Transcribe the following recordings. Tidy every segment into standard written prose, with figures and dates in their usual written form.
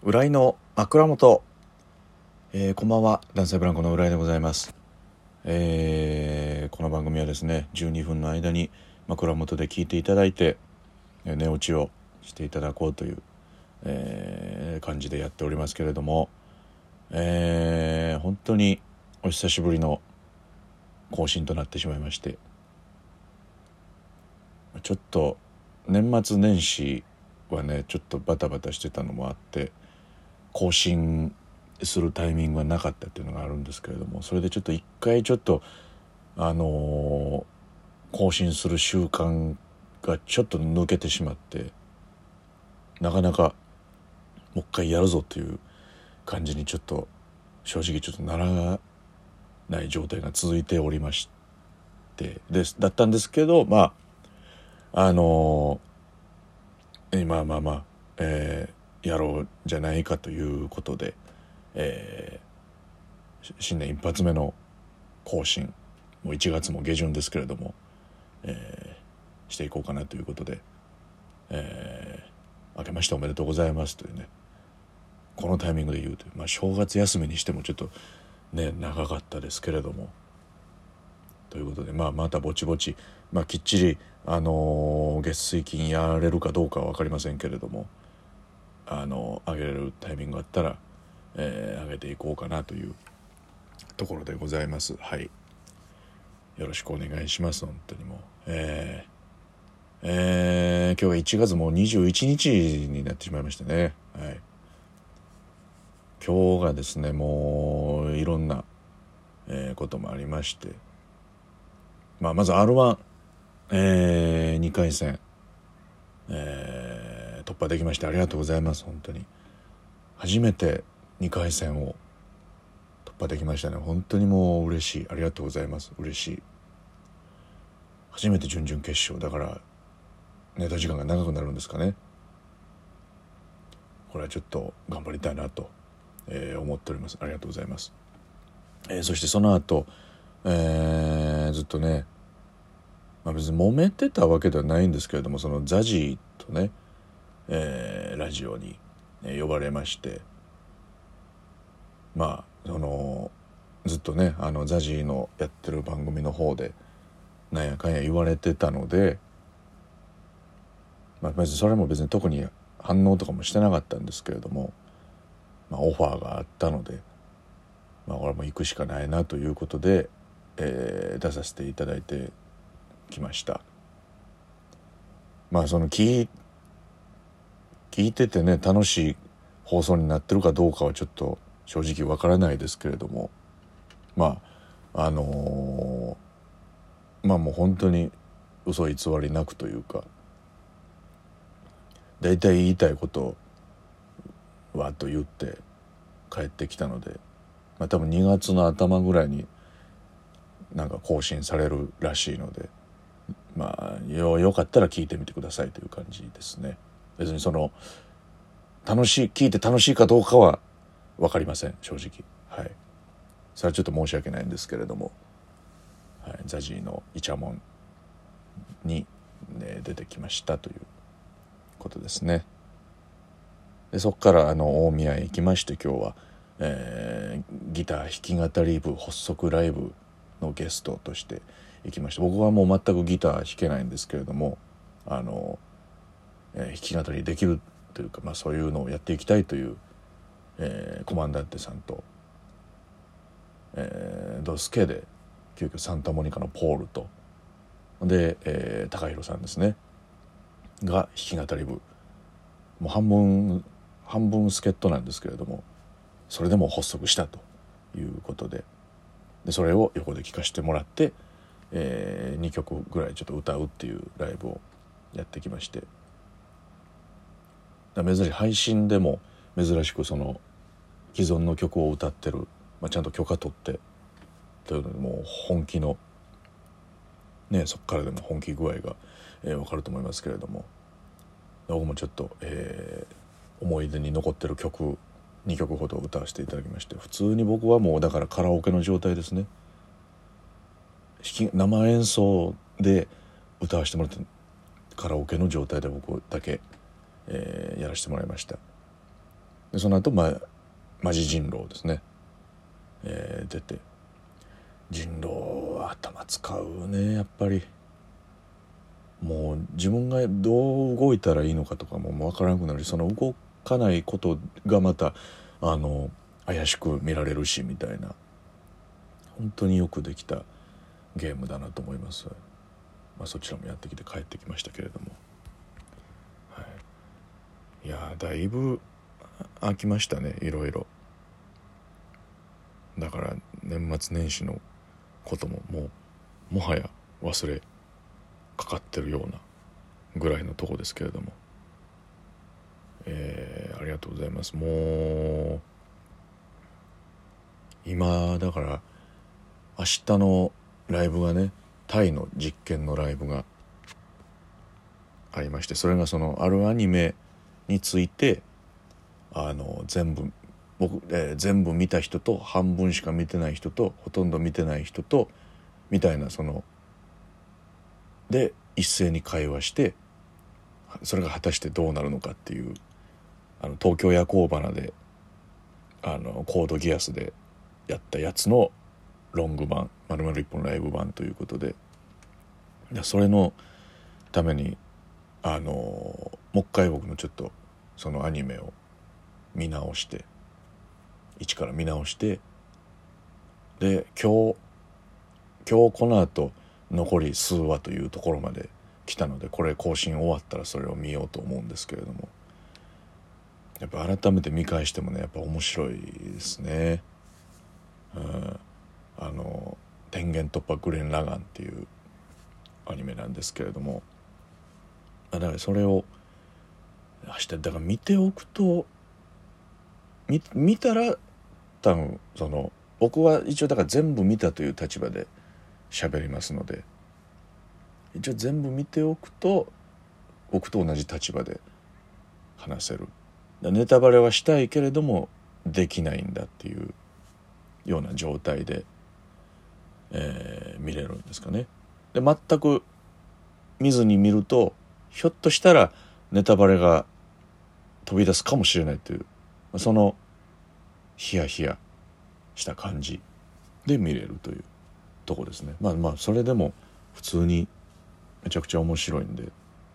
浦井の枕元、こんばんは。男性ブランコの浦井でございます。この番組はですね、12分の間に枕元で聞いていただいて寝落ちをしていただこうという、感じでやっておりますけれども、本当にお久しぶりの更新となってしまいまして、ちょっと年末年始はねちょっとバタバタしてたのもあって更新するタイミングがなかったっていうのがあるんですけれども、それでちょっと一回ちょっと更新する習慣がちょっと抜けてしまって、なかなかもう一回やるぞという感じにちょっと正直ちょっとならない状態が続いておりましてだったんですけど、まあやろうじゃないかということで、新年一発目の更新、もう1月も下旬ですけれども、していこうかなということで、明けましておめでとうございますというね、このタイミングで言うという、正月休みにしてもちょっとね長かったですけれども、ということで、またぼちぼち、きっちり、月水金やれるかどうかは分かりませんけれども、上げれるタイミングがあったら、上げていこうかなというところでございます。はい、よろしくお願いします。本当にもう、今日が1月もう21日になってしまいましたね。はい、今日がですねもういろんな、こともありまして、まず R1、2回戦、突破できましてありがとうございます。本当に初めて2回戦を突破できましたね。本当にもう嬉しい、ありがとうございます。嬉しい。初めて準々決勝だからネタ時間が長くなるんですかね。これはちょっと頑張りたいなと、思っております。ありがとうございます。そしてその後、ずっとね、別に揉めてたわけではないんですけれども、そのザジーとね、ラジオに、呼ばれまして、ずっとねザジーのやってる番組の方でなんやかんや言われてたので、別にそれも別に特に反応とかもしてなかったんですけれども、オファーがあったので、これも行くしかないなということで、出させていただいてきました。その聞いててね楽しい放送になってるかどうかはちょっと正直わからないですけれども、もう本当に嘘偽りなくというか、だいたい言いたいことをわっと言って帰ってきたので、多分2月の頭ぐらいになんか更新されるらしいので、よかったら聞いてみてくださいという感じですね。別にその聞いて楽しいかどうかは分かりません、正直。はい、それはちょっと申し訳ないんですけれども、はい、ザジーのイチャモンに、出てきましたということですね。でそこから大宮へ行きまして、今日は、ギター弾き語り部発足ライブのゲストとして行きました。僕はもう全くギター弾けないんですけれども、弾き語りできるというか、そういうのをやっていきたいという、コマンダンテさんと、ドスケで急遽サンタモニカのポールとで、高弘さんですねが弾き語り部、もう半分助っ人なんですけれども、それでも発足したということで、それを横で聴かせてもらって、2曲ぐらいちょっと歌うっていうライブをやってきまして、珍しい配信でも珍しくその既存の曲を歌ってる、ちゃんと許可取ってというので、もう本気のね、そこからでも本気具合が、分かると思いますけれども、僕もちょっと、思い出に残ってる曲2曲ほど歌わせていただきまして、普通に僕はもうだからカラオケの状態ですね。生演奏で歌わせてもらって、カラオケの状態で僕だけ、やらせてもらいました。 でその後、マジ人狼ですね、出て、人狼は頭使うねやっぱり。もう自分がどう動いたらいいのかとかも分からなくなるし、その動かないことがまた怪しく見られるしみたいな、本当によくできたゲームだなと思います。そちらもやってきて帰ってきましたけれども、いやだいぶ飽きましたね、いろいろ。だから年末年始のことももはや忘れかかってるようなぐらいのとこですけれども、ありがとうございます。もう今だから明日のライブがね、タイの実験のライブがありまして、それがそのあるアニメについて全部見た人と半分しか見てない人とほとんど見てない人とみたいな、で一斉に会話して、それが果たしてどうなるのかっていう、東京夜行バナでコードギアスでやったやつのロング版、丸々一本ライブ版ということで、それのためにもう一回僕もちょっとそのアニメを見直して、一から見直して、で今日この後残り数話というところまで来たので、これ更新終わったらそれを見ようと思うんですけれども、やっぱ改めて見返してもね、やっぱ面白いですね。天元突破グレン・ラガンっていうアニメなんですけれども、だからそれを明日だから見ておくと、見たら多分僕は一応だから全部見たという立場で喋りますので、一応全部見ておくと僕と同じ立場で話せる。ネタバレはしたいけれどもできないんだっていうような状態で、見れるんですかね。で全く見ずに見るとひょっとしたらネタバレが飛び出すかもしれないという、そのヒヤヒヤした感じで見れるというとこですね。それでも普通にめちゃくちゃ面白いんで、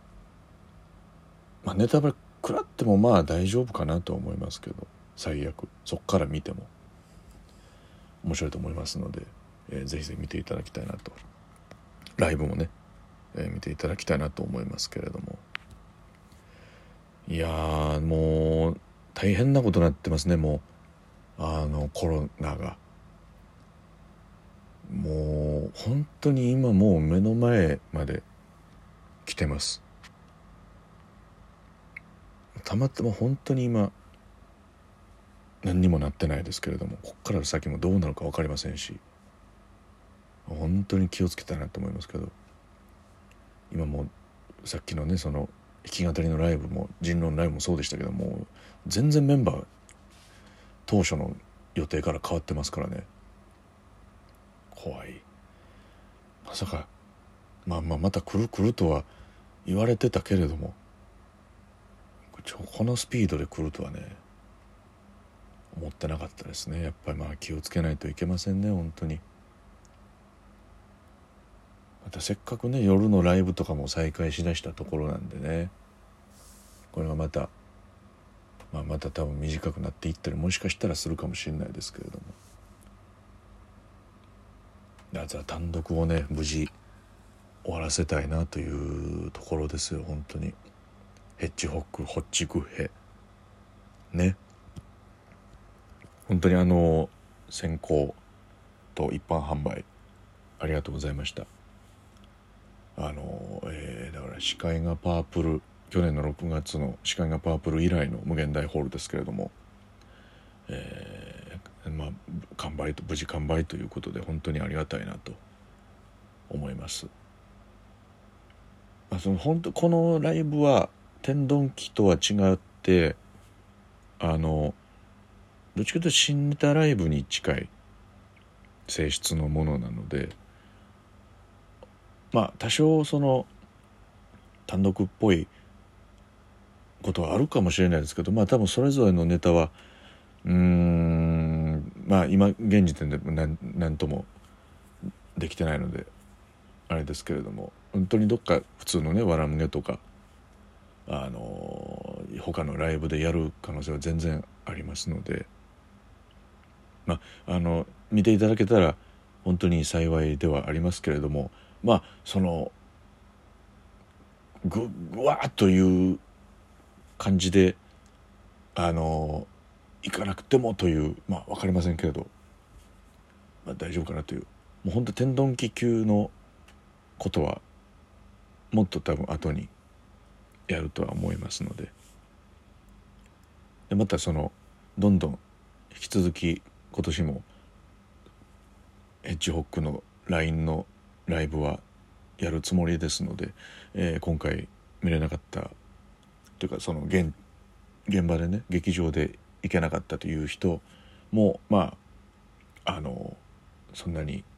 ネタバレ食らっても大丈夫かなとは思いますけど、最悪そっから見ても面白いと思いますので、ぜひぜひ見ていただきたいなと、ライブもね、見ていただきたいなと思いますけれども、いやーもう大変なことになってますね。もうコロナがもう本当に今もう目の前まで来てます。たまたま本当に今何にもなってないですけれども、こっから先もどうなるか分かりませんし、本当に気をつけたいなと思いますけど、今もさっきのねその弾き語りのライブも人狼のライブもそうでしたけども、全然メンバー当初の予定から変わってますからね。怖い。まさかまた来るとは言われてたけれども、このスピードで来るとはね思ってなかったですね。やっぱり気をつけないといけませんね、本当に。またせっかくね夜のライブとかも再開しだしたところなんでね、これがまた多分短くなっていったりもしかしたらするかもしれないですけれども、単独をね無事終わらせたいなというところですよ。本当にヘッジホックホッチグヘね、本当に先行と一般販売ありがとうございました。だから視界がパープル、去年の6月の視界がパープル以来の無限大ホールですけれども、無事完売ということで本当にありがたいなと思います。本当このライブは天丼機とは違ってどっちかというと新ネタライブに近い性質のものなので、多少単独っぽいことはあるかもしれないですけど、多分それぞれのネタは今現時点で何ともできてないのであれですけれども、本当にどっか普通のねわらむげとか他のライブでやる可能性は全然ありますので、見ていただけたら本当に幸いではありますけれども、そのぐわーっという感じで行かなくてもという分かりませんけれど、大丈夫かなという、もう本当天丼期級のことはもっと多分後にやるとは思いますので、またどんどん引き続き今年もヘッジホックの LINE のライブはやるつもりですので、今回見れなかったというか現場でね劇場で行けなかったという人もそんなに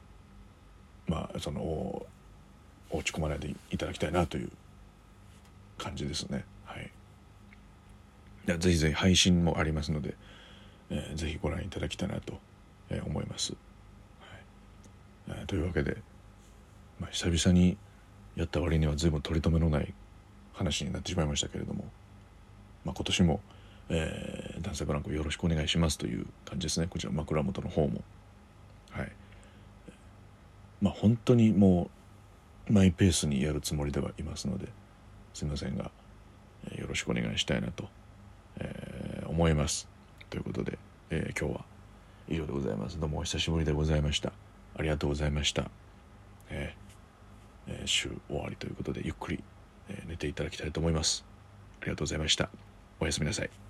落ち込まないでいただきたいなという感じですね。はい。ぜひぜひ配信もありますので、ぜひご覧いただきたいなと、思います。はい。というわけで、久々にやった割には随分取り留めのない話になってしまいましたけれども、今年も、男性ブランコよろしくお願いしますという感じですね。こちら枕元の方も、はい。本当にもうマイペースにやるつもりではいますので、すいませんが、よろしくお願いしたいなと、思います。ということで、今日は以上でございます。どうもお久しぶりでございました。ありがとうございました。週終わりということでゆっくり、寝ていただきたいと思います。ありがとうございました。おやすみなさい。